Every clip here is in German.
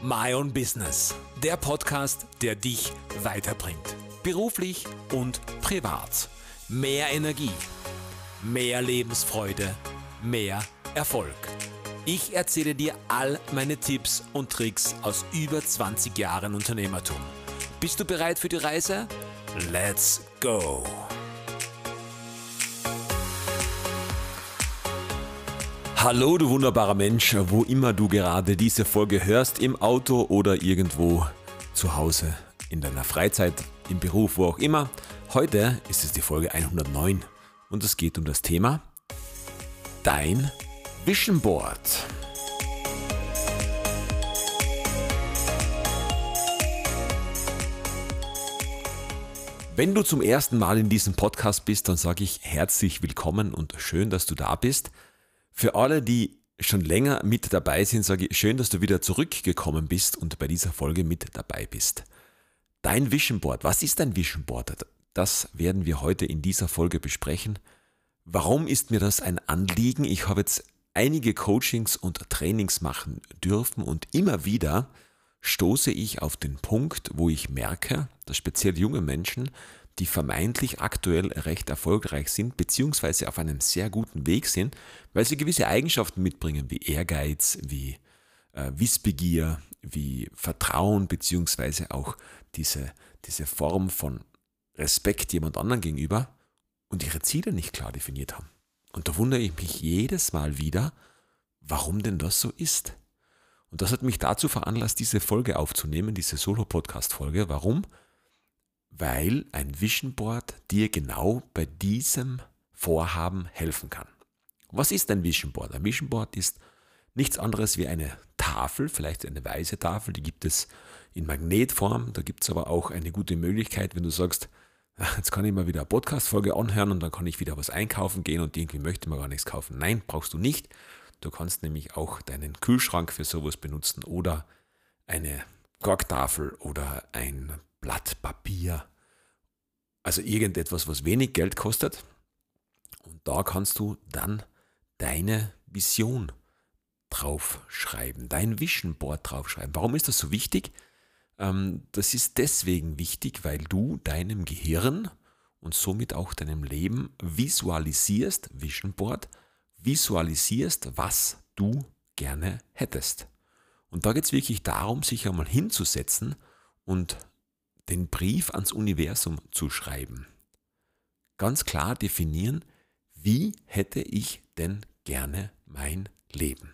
My Own Business, der Podcast, der dich weiterbringt. Beruflich und privat. Mehr Energie, mehr Lebensfreude, mehr Erfolg. Ich erzähle dir all meine Tipps und Tricks aus über 20 Jahren Unternehmertum. Bist du bereit für die Reise? Let's go! Hallo du wunderbarer Mensch, wo immer du gerade diese Folge hörst, im Auto oder irgendwo zu Hause, in deiner Freizeit, im Beruf, wo auch immer. Heute ist es die Folge 109 und es geht um das Thema Dein Vision Board. Wenn du zum ersten Mal in diesem Podcast bist, dann sage ich herzlich willkommen und schön, dass du da bist. Für alle, die schon länger mit dabei sind, sage ich schön, dass du wieder zurückgekommen bist und bei dieser Folge mit dabei bist. Dein Vision Board. Was ist dein Vision Board? Das werden wir heute in dieser Folge besprechen. Warum ist mir das ein Anliegen? Ich habe jetzt einige Coachings und Trainings machen dürfen und immer wieder stoße ich auf den Punkt, wo ich merke, dass speziell junge Menschen, die vermeintlich aktuell recht erfolgreich sind, beziehungsweise auf einem sehr guten Weg sind, weil sie gewisse Eigenschaften mitbringen, wie Ehrgeiz, wie Wissbegier, wie Vertrauen, beziehungsweise auch diese Form von Respekt jemand anderen gegenüber und ihre Ziele nicht klar definiert haben. Und da wundere ich mich jedes Mal wieder, warum denn das so ist. Und das hat mich dazu veranlasst, diese Folge aufzunehmen, diese Solo-Podcast-Folge. Warum? Weil ein Vision Board dir genau bei diesem Vorhaben helfen kann. Was ist ein Vision Board? Ein Vision Board ist nichts anderes wie eine Tafel, vielleicht eine weiße Tafel, die gibt es in Magnetform. Da gibt es aber auch eine gute Möglichkeit, wenn du sagst, jetzt kann ich mal wieder eine Podcast-Folge anhören und dann kann ich wieder was einkaufen gehen und irgendwie möchte man gar nichts kaufen. Nein, brauchst du nicht. Du kannst nämlich auch deinen Kühlschrank für sowas benutzen oder eine Korktafel oder ein Blatt Papier, also irgendetwas, was wenig Geld kostet. Und da kannst du dann deine Vision draufschreiben, dein Vision Board draufschreiben. Warum ist das so wichtig? Das ist deswegen wichtig, weil du deinem Gehirn und somit auch deinem Leben visualisierst, Vision Board, visualisierst, was du gerne hättest. Und da geht es wirklich darum, sich einmal hinzusetzen und den Brief ans Universum zu schreiben. Ganz klar definieren, wie hätte ich denn gerne mein Leben?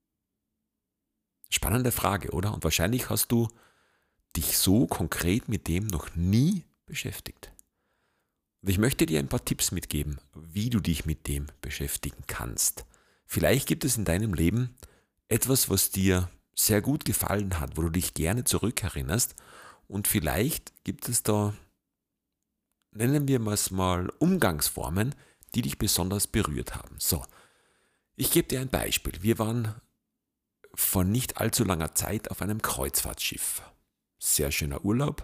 Spannende Frage, oder? Und wahrscheinlich hast du dich so konkret mit dem noch nie beschäftigt. Und ich möchte dir ein paar Tipps mitgeben, wie du dich mit dem beschäftigen kannst. Vielleicht gibt es in deinem Leben etwas, was dir sehr gut gefallen hat, wo du dich gerne zurückerinnerst. Und vielleicht gibt es da, nennen wir es mal, Umgangsformen, die dich besonders berührt haben. So, ich gebe dir ein Beispiel. Wir waren vor nicht allzu langer Zeit auf einem Kreuzfahrtschiff. Sehr schöner Urlaub.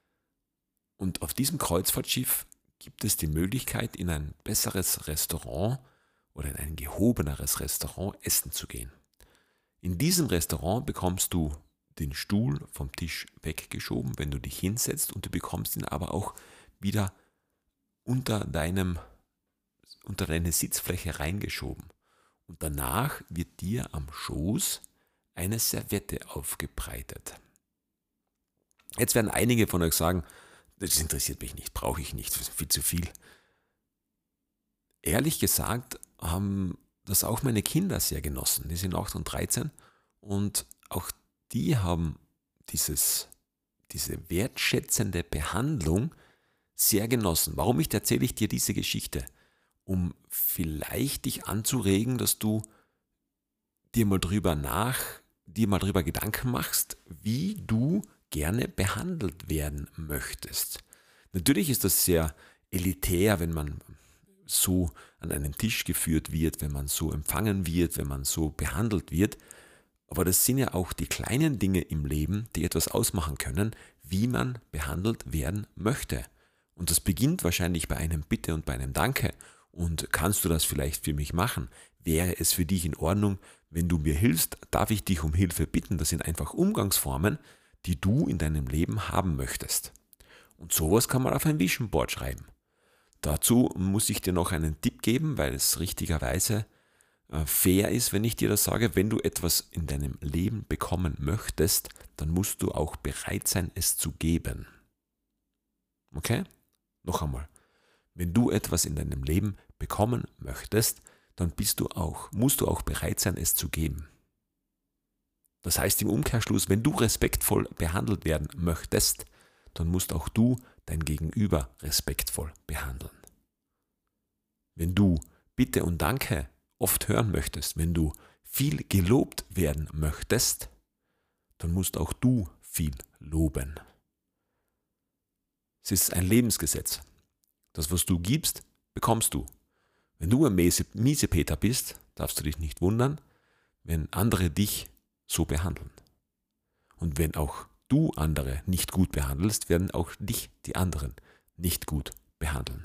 Und auf diesem Kreuzfahrtschiff gibt es die Möglichkeit, in ein besseres Restaurant oder in ein gehobeneres Restaurant essen zu gehen. In diesem Restaurant bekommst du den Stuhl vom Tisch weggeschoben, wenn du dich hinsetzt, und du bekommst ihn aber auch wieder unter deine Sitzfläche reingeschoben. Und danach wird dir am Schoß eine Serviette aufgebreitet. Jetzt werden einige von euch sagen, das interessiert mich nicht, brauche ich nicht, viel zu viel. Ehrlich gesagt haben das auch meine Kinder sehr genossen. Die sind 8 und 13 und auch die haben diese wertschätzende Behandlung sehr genossen. Warum erzähle ich dir diese Geschichte? Um vielleicht dich anzuregen, dass du dir mal drüber Gedanken machst, wie du gerne behandelt werden möchtest. Natürlich ist das sehr elitär, wenn man so an einen Tisch geführt wird, wenn man so empfangen wird, wenn man so behandelt wird. Aber das sind ja auch die kleinen Dinge im Leben, die etwas ausmachen können, wie man behandelt werden möchte. Und das beginnt wahrscheinlich bei einem Bitte und bei einem Danke. Und kannst du das vielleicht für mich machen? Wäre es für dich in Ordnung, Wenn du mir hilfst, darf ich dich um Hilfe bitten. Das sind einfach Umgangsformen, die du in deinem Leben haben möchtest. Und sowas kann man auf ein Vision Board schreiben. Dazu muss ich dir noch einen Tipp geben, weil es richtigerweise fair ist, wenn ich dir das sage. Wenn du etwas in deinem Leben bekommen möchtest, dann musst du auch bereit sein, es zu geben. Okay? Noch einmal. Wenn du etwas in deinem Leben bekommen möchtest, dann musst du auch bereit sein, es zu geben. Das heißt im Umkehrschluss, wenn du respektvoll behandelt werden möchtest, dann musst auch du dein Gegenüber respektvoll behandeln. Wenn du Bitte und Danke oft hören möchtest, wenn du viel gelobt werden möchtest, dann musst auch du viel loben. Es ist ein Lebensgesetz. Das, was du gibst, bekommst du. Wenn du ein Miesepeter bist, darfst du dich nicht wundern, wenn andere dich so behandeln. Und wenn auch du andere nicht gut behandelst, werden auch dich die anderen nicht gut behandeln.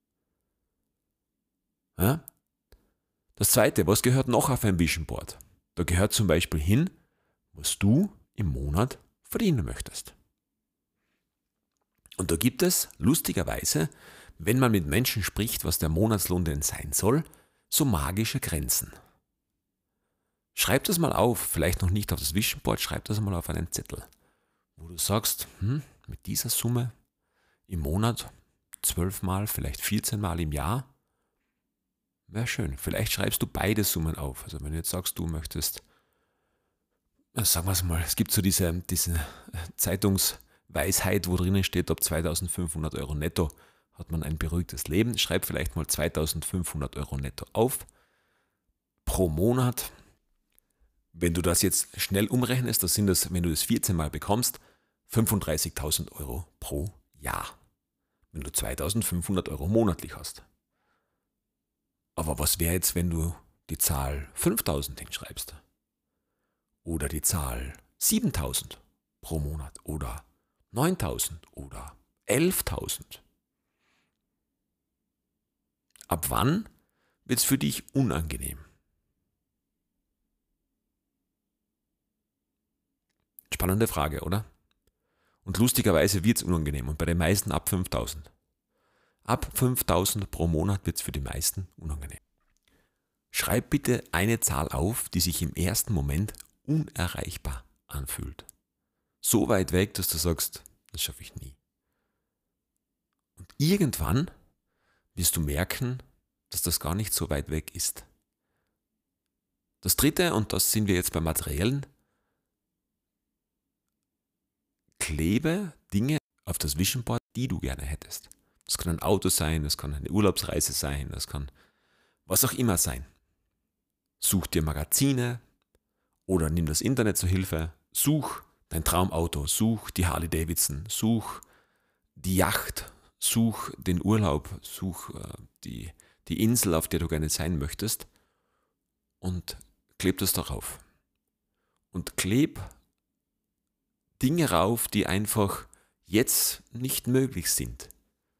Ja? Das Zweite, was gehört noch auf ein Vision Board? Da gehört zum Beispiel hin, was du im Monat verdienen möchtest. Und da gibt es, lustigerweise, wenn man mit Menschen spricht, was der Monatslohn denn sein soll, so magische Grenzen. Schreib das mal auf, vielleicht noch nicht auf das Vision Board, schreib das mal auf einen Zettel, wo du sagst, mit dieser Summe im Monat 12 Mal, vielleicht 14 Mal im Jahr, wäre schön. Vielleicht schreibst du beide Summen auf. Also wenn du jetzt sagst, du möchtest, sagen wir es mal, es gibt so diese Zeitungsweisheit, wo drinnen steht, ab 2.500 Euro netto hat man ein beruhigtes Leben. Schreib vielleicht mal 2.500 Euro netto auf pro Monat. Wenn du das jetzt schnell umrechnest, das sind das, wenn du das 14 Mal bekommst, 35.000 Euro pro Jahr. Wenn du 2.500 Euro monatlich hast. Aber was wäre jetzt, wenn du die Zahl 5.000 hinschreibst? Oder die Zahl 7.000 pro Monat? Oder 9.000 oder 11.000? Ab wann wird es für dich unangenehm? Spannende Frage, oder? Und lustigerweise wird es unangenehm und bei den meisten ab 5.000. Ab 5.000 pro Monat wird es für die meisten unangenehm. Schreib bitte eine Zahl auf, die sich im ersten Moment unerreichbar anfühlt. So weit weg, dass du sagst, das schaffe ich nie. Und irgendwann wirst du merken, dass das gar nicht so weit weg ist. Das Dritte, und das sind wir jetzt beim Materiellen, klebe Dinge auf das Vision Board, die du gerne hättest. Das kann ein Auto sein, das kann eine Urlaubsreise sein, das kann was auch immer sein. Such dir Magazine oder nimm das Internet zur Hilfe, such dein Traumauto, such die Harley Davidson, such die Yacht, such den Urlaub, such die Insel, auf der du gerne sein möchtest und kleb das darauf. Und kleb Dinge rauf, die einfach jetzt nicht möglich sind.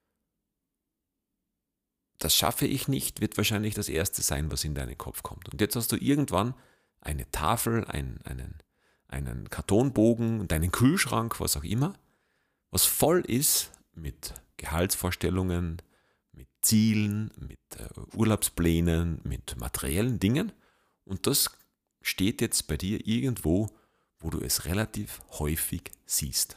Das schaffe ich nicht, wird wahrscheinlich das Erste sein, was in deinen Kopf kommt. Und jetzt hast du irgendwann eine Tafel, einen Kartonbogen, deinen Kühlschrank, was auch immer, was voll ist mit Gehaltsvorstellungen, mit Zielen, mit Urlaubsplänen, mit materiellen Dingen. Und das steht jetzt bei dir irgendwo, wo du es relativ häufig siehst.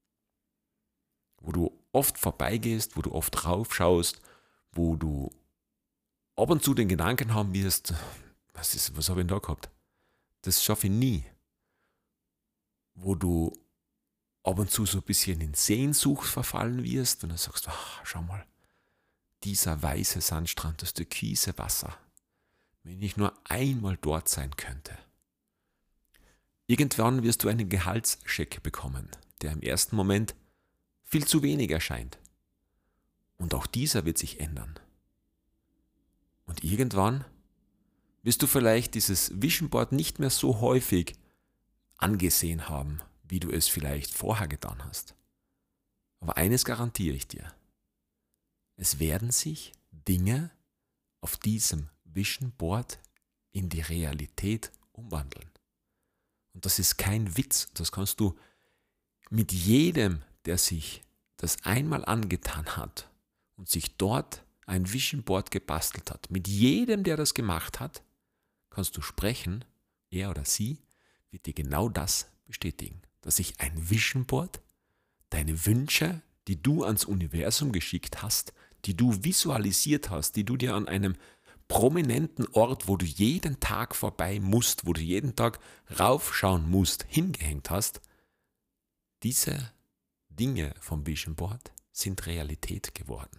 Wo du oft vorbeigehst, wo du oft raufschaust, wo du ab und zu den Gedanken haben wirst, was habe ich denn da gehabt? Das schaffe ich nie. Wo du ab und zu so ein bisschen in Sehnsucht verfallen wirst und dann sagst, schau mal, dieser weiße Sandstrand, das türkise Wasser, wenn ich nur einmal dort sein könnte. Irgendwann wirst du einen Gehaltscheck bekommen, der im ersten Moment viel zu wenig erscheint. Und auch dieser wird sich ändern. Und irgendwann wirst du vielleicht dieses Vision Board nicht mehr so häufig angesehen haben, wie du es vielleicht vorher getan hast. Aber eines garantiere ich dir. Es werden sich Dinge auf diesem Vision Board in die Realität umwandeln. Und das ist kein Witz. Das kannst du mit jedem, der sich das einmal angetan hat und sich dort ein Vision Board gebastelt hat, mit jedem, der das gemacht hat, kannst du sprechen, er oder sie wird dir genau das bestätigen, dass sich ein Vision Board, deine Wünsche, die du ans Universum geschickt hast, die du visualisiert hast, die du dir an einem prominenten Ort, wo du jeden Tag vorbei musst, wo du jeden Tag raufschauen musst, hingehängt hast, diese Dinge vom Vision Board sind Realität geworden.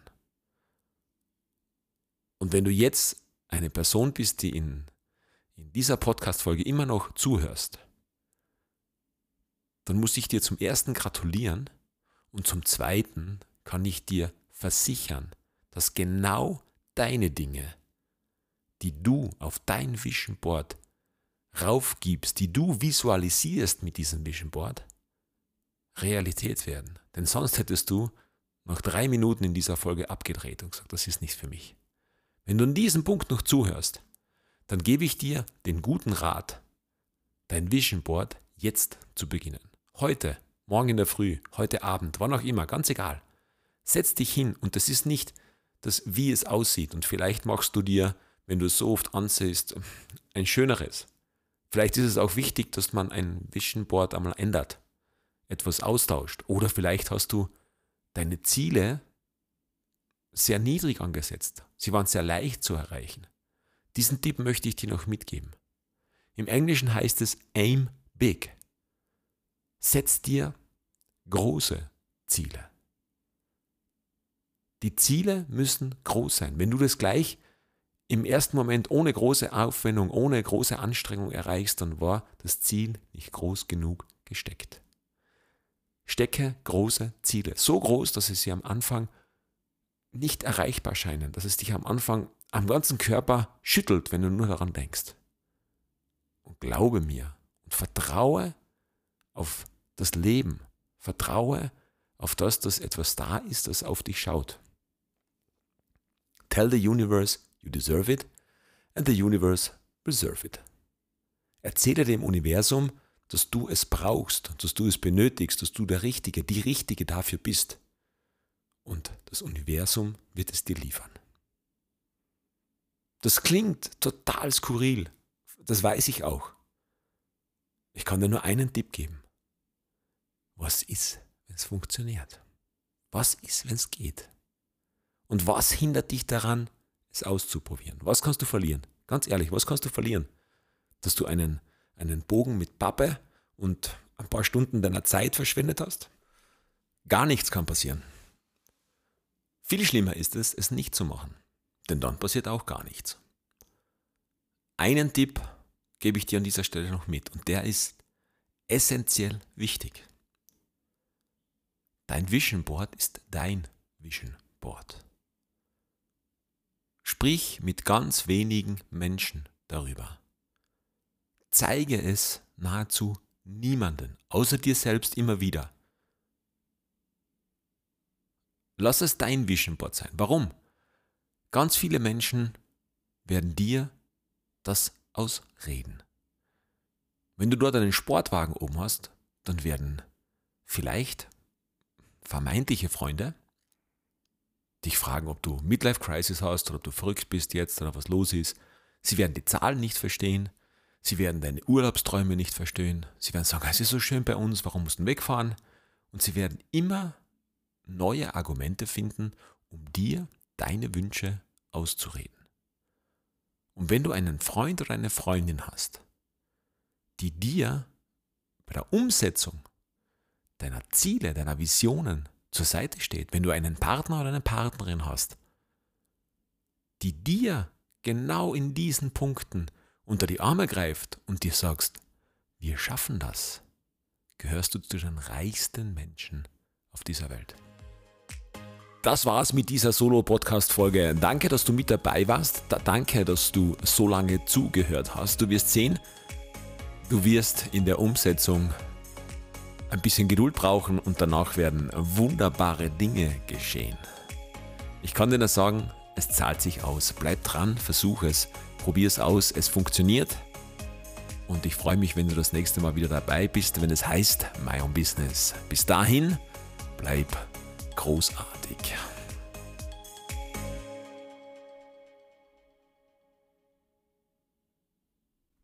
Und wenn du jetzt eine Person bist, die in dieser Podcast-Folge immer noch zuhörst, dann muss ich dir zum Ersten gratulieren und zum Zweiten kann ich dir versichern, dass genau deine Dinge, die du auf dein Vision Board raufgibst, die du visualisierst mit diesem Vision Board, Realität werden. Denn sonst hättest du nach 3 Minuten in dieser Folge abgedreht und gesagt, das ist nichts für mich. Wenn du an diesem Punkt noch zuhörst, dann gebe ich dir den guten Rat, dein Vision Board jetzt zu beginnen. Heute, morgen in der Früh, heute Abend, wann auch immer, ganz egal. Setz dich hin und das ist nicht das, wie es aussieht. Und vielleicht machst du dir, wenn du es so oft ansiehst, ein schöneres. Vielleicht ist es auch wichtig, dass man ein Vision Board einmal ändert, etwas austauscht. Oder vielleicht hast du deine Ziele sehr niedrig angesetzt. Sie waren sehr leicht zu erreichen. Diesen Tipp möchte ich dir noch mitgeben. Im Englischen heißt es Aim Big. Setz dir große Ziele. Die Ziele müssen groß sein. Wenn du das gleich im ersten Moment ohne große Aufwendung, ohne große Anstrengung erreichst, dann war das Ziel nicht groß genug gesteckt. Stecke große Ziele. So groß, dass es sie am Anfang nicht erreichbar scheinen, dass es dich am Anfang am ganzen Körper schüttelt, wenn du nur daran denkst. Und glaube mir und vertraue auf das Leben. Vertraue auf das, dass etwas da ist, das auf dich schaut. Tell the universe you deserve it and the universe will serve it. Erzähle dem Universum, dass du es brauchst, dass du es benötigst, dass du die Richtige dafür bist. Und das Universum wird es dir liefern. Das klingt total skurril, das weiß ich auch. Ich kann dir nur einen Tipp geben. Was ist, wenn es funktioniert? Was ist, wenn es geht? Und was hindert dich daran, es auszuprobieren? Was kannst du verlieren? Ganz ehrlich, was kannst du verlieren? Dass du einen Bogen mit Pappe und ein paar Stunden deiner Zeit verschwendet hast? Gar nichts kann passieren. Viel schlimmer ist es, es nicht zu machen. Denn dann passiert auch gar nichts. Einen Tipp gebe ich dir an dieser Stelle noch mit und der ist essentiell wichtig. Dein Vision Board ist dein Vision Board. Sprich mit ganz wenigen Menschen darüber. Zeige es nahezu niemanden, außer dir selbst immer wieder. Lass es dein Vision Board sein. Warum? Ganz viele Menschen werden dir das ausreden. Wenn du dort einen Sportwagen oben hast, dann werden vielleicht vermeintliche Freunde dich fragen, ob du Midlife Crisis hast oder ob du verrückt bist jetzt oder was los ist. Sie werden die Zahlen nicht verstehen. Sie werden deine Urlaubsträume nicht verstehen. Sie werden sagen, es ist so schön bei uns, warum musst du wegfahren? Und sie werden immer neue Argumente finden, um dir deine Wünsche auszureden. Und wenn du einen Freund oder eine Freundin hast, die dir bei der Umsetzung deiner Ziele, deiner Visionen zur Seite steht, wenn du einen Partner oder eine Partnerin hast, die dir genau in diesen Punkten unter die Arme greift und dir sagst, wir schaffen das, gehörst du zu den reichsten Menschen auf dieser Welt. Das war's mit dieser Solo-Podcast-Folge. Danke, dass du mit dabei warst. Danke, dass du so lange zugehört hast. Du wirst sehen, du wirst in der Umsetzung ein bisschen Geduld brauchen und danach werden wunderbare Dinge geschehen. Ich kann dir nur sagen, es zahlt sich aus. Bleib dran, versuch es, probier es aus, es funktioniert. und ich freue mich, wenn du das nächste Mal wieder dabei bist, wenn es heißt My Own Business. Bis dahin, bleib großartig.